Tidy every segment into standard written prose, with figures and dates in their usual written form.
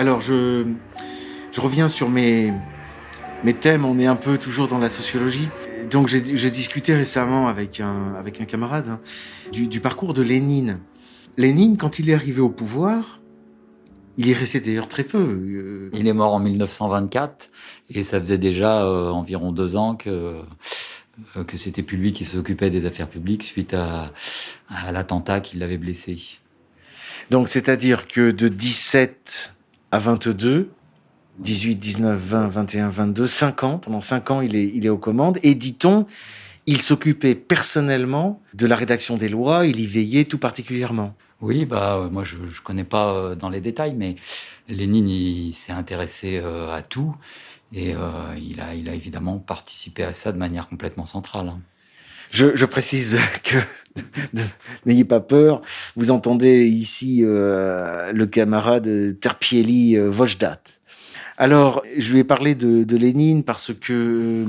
Alors, je reviens sur mes thèmes. On est un peu toujours dans la sociologie. Donc, j'ai discuté récemment avec un camarade du parcours de Lénine. Lénine, quand il est arrivé au pouvoir, il y est resté d'ailleurs très peu. Il est mort en 1924 et ça faisait déjà environ 2 ans que c'était plus lui qui s'occupait des affaires publiques suite à l'attentat qui l'avait blessé. Donc, c'est-à-dire que de 17 à 22, 18, 19, 20, 21, 22, 5 ans, pendant 5 ans, il est aux commandes. Et dit-on, il s'occupait personnellement de la rédaction des lois, il y veillait tout particulièrement. Oui, moi je connais pas dans les détails, mais Lénine il s'est intéressé à tout et il a évidemment participé à ça de manière complètement centrale. Hein. Je précise que, n'ayez pas peur, vous entendez ici le camarade Terpieli Vojdat. Alors, je lui ai parlé de Lénine parce que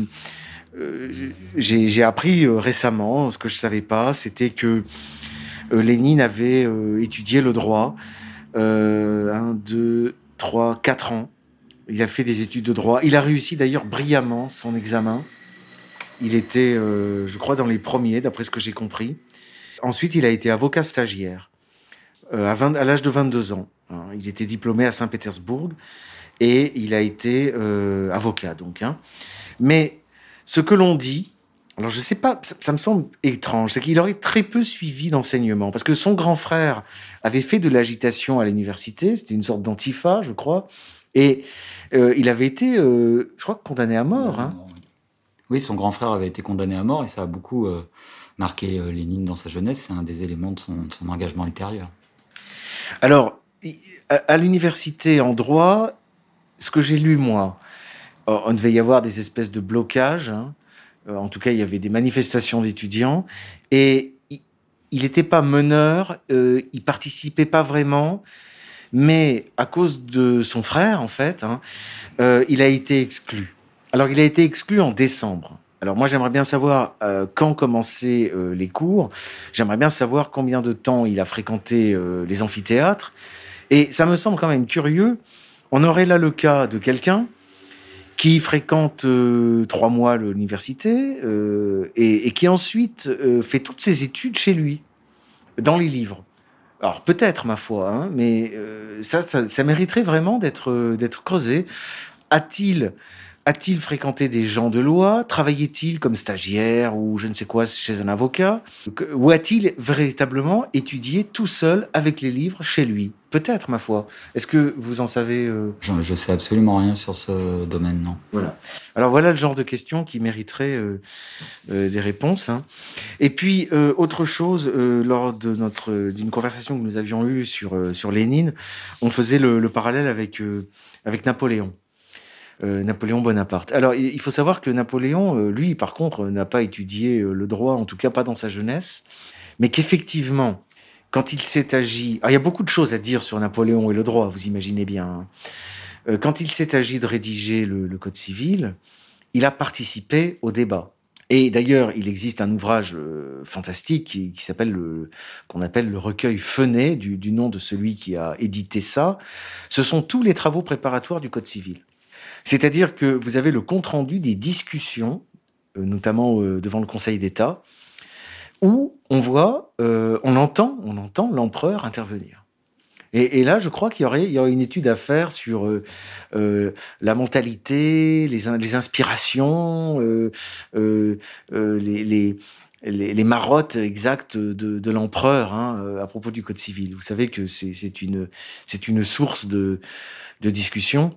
j'ai appris récemment, ce que je savais pas, c'était que Lénine avait étudié le droit 1, 2, 3, 4 ans. Il a fait des études de droit. Il a réussi d'ailleurs brillamment son examen. Il était, je crois, dans les premiers, d'après ce que j'ai compris. Ensuite, il a été avocat stagiaire à l'âge de 22 ans. Il était diplômé à Saint-Pétersbourg et il a été avocat, donc. Mais ce que l'on dit, alors je ne sais pas, ça me semble étrange, c'est qu'il aurait très peu suivi d'enseignement, parce que son grand frère avait fait de l'agitation à l'université, c'était une sorte d'antifa, je crois, et il avait été, je crois, condamné à mort. Oui, son grand frère avait été condamné à mort et ça a beaucoup marqué Lénine dans sa jeunesse. C'est un des éléments de son engagement ultérieur. Alors, à l'université en droit, ce que j'ai lu, moi, on devait y avoir des espèces de blocages. En tout cas, il y avait des manifestations d'étudiants. Et il n'était pas meneur, il participait pas vraiment. Mais à cause de son frère, en fait, il a été exclu. Alors, il a été exclu en décembre. Alors, moi, j'aimerais bien savoir quand commençaient les cours. J'aimerais bien savoir combien de temps il a fréquenté les amphithéâtres. Et ça me semble quand même curieux. On aurait là le cas de quelqu'un qui fréquente 3 mois l'université et qui ensuite fait toutes ses études chez lui, dans les livres. Alors peut-être, ma foi, mais ça mériterait vraiment d'être creusé. A-t-il fréquenté des gens de loi? Travaillait-il comme stagiaire ou je ne sais quoi chez un avocat? Ou a-t-il véritablement étudié tout seul avec les livres chez lui? Peut-être, ma foi. Est-ce que vous en savez Je sais absolument rien sur ce domaine, non. Voilà. Alors voilà le genre de questions qui mériteraient des réponses. Et puis autre chose, lors d'une conversation que nous avions eue sur Lénine, on faisait le parallèle avec Napoléon. Napoléon Bonaparte. Alors, il faut savoir que Napoléon, lui, par contre, n'a pas étudié le droit, en tout cas pas dans sa jeunesse, mais qu'effectivement, quand il s'est agi... Alors, il y a beaucoup de choses à dire sur Napoléon et le droit, vous imaginez bien. Quand il s'est agi de rédiger le Code civil, il a participé au débat. Et d'ailleurs, il existe un ouvrage fantastique qui s'appelle qu'on appelle le recueil Fenet, du nom de celui qui a édité ça. Ce sont tous les travaux préparatoires du Code civil. C'est-à-dire que vous avez le compte-rendu des discussions, notamment devant le Conseil d'État, où on entend l'empereur intervenir. Et là, je crois qu'il y aurait une étude à faire sur la mentalité, les inspirations, les marottes exactes de l'empereur à propos du Code civil. Vous savez que c'est une source de discussion.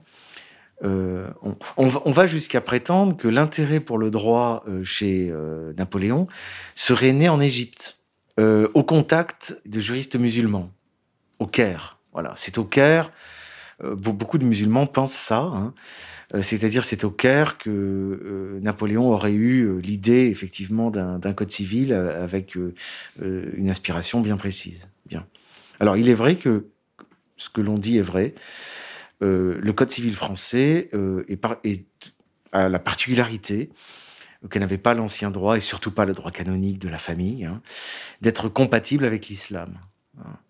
On va jusqu'à prétendre que l'intérêt pour le droit chez Napoléon serait né en Égypte, au contact de juristes musulmans, au Caire. Voilà, c'est au Caire. Beaucoup de musulmans pensent ça. C'est-à-dire, c'est au Caire que Napoléon aurait eu l'idée, effectivement, d'un code civil avec une inspiration bien précise. Bien. Alors, il est vrai que ce que l'on dit est vrai. Le Code civil français a la particularité que n'avait pas l'ancien droit, et surtout pas le droit canonique de la famille, d'être compatible avec l'islam.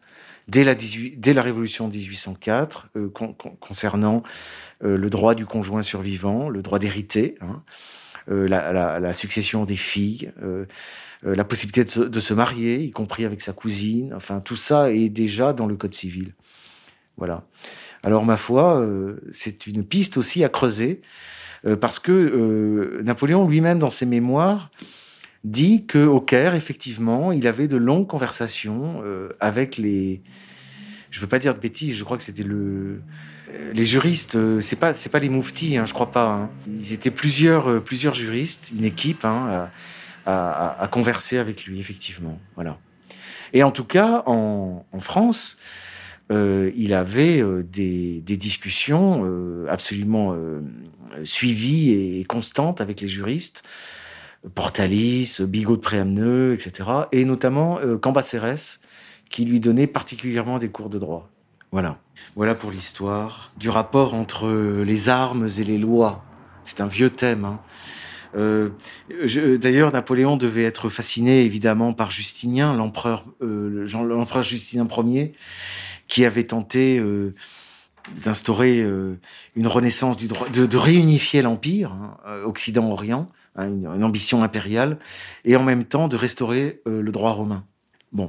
dès la Révolution de 1804, concernant le droit du conjoint survivant, le droit d'hériter, hein, la succession des filles, la possibilité de se marier, y compris avec sa cousine. Enfin, tout ça est déjà dans le Code civil. Voilà. Alors, ma foi, c'est une piste aussi à creuser, parce que Napoléon lui-même, dans ses mémoires, dit qu'au Caire, effectivement, il avait de longues conversations avec les... Je ne veux pas dire de bêtises, je crois que c'était les juristes, c'est pas les mouftis, hein, je crois pas. Hein. Ils étaient plusieurs juristes, une équipe, hein, à converser avec lui, effectivement. Voilà. Et en tout cas, en France, il avait des discussions absolument suivies et constantes avec les juristes, Portalis, Bigot de Préamneux, etc. Et notamment Cambacérès, qui lui donnait particulièrement des cours de droit. Voilà. Voilà pour l'histoire du rapport entre les armes et les lois. C'est un vieux thème. Hein. D'ailleurs, Napoléon devait être fasciné évidemment par Justinien, l'empereur Justinien Ier, qui avait tenté d'instaurer une renaissance du droit, de réunifier l'empire, hein, Occident-Orient, hein, une ambition impériale, et en même temps de restaurer le droit romain. Bon.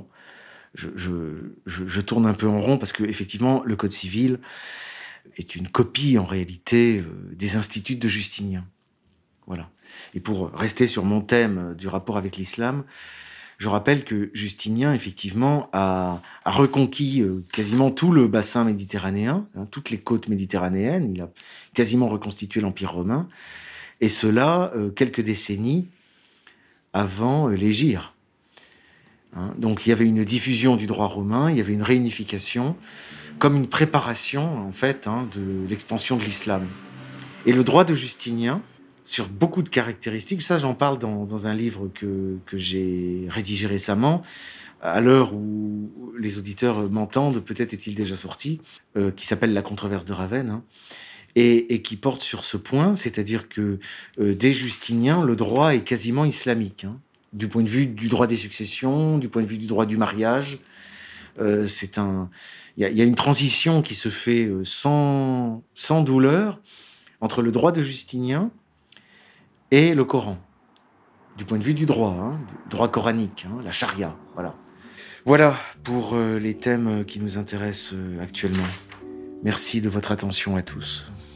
Je tourne un peu en rond parce que effectivement le Code civil est une copie en réalité des instituts de Justinien. Voilà. Et pour rester sur mon thème du rapport avec l'islam, je rappelle que Justinien effectivement a reconquis quasiment tout le bassin méditerranéen, hein, toutes les côtes méditerranéennes. Il a quasiment reconstitué l'Empire romain, et cela quelques décennies avant l'hégire. Donc il y avait une diffusion du droit romain, il y avait une réunification, comme une préparation en fait de l'expansion de l'islam. Et le droit de Justinien, sur beaucoup de caractéristiques, ça j'en parle dans un livre que j'ai rédigé récemment, à l'heure où les auditeurs m'entendent, peut-être est-il déjà sorti, qui s'appelle La controverse de Ravenne, hein, et qui porte sur ce point, c'est-à-dire que dès Justinien, le droit est quasiment islamique, hein. Du point de vue du droit des successions, du point de vue du droit du mariage. Il y a une transition qui se fait sans douleur entre le droit de Justinien et le Coran, du point de vue du droit, hein, du droit coranique, hein, la charia. Voilà pour les thèmes qui nous intéressent actuellement. Merci de votre attention à tous.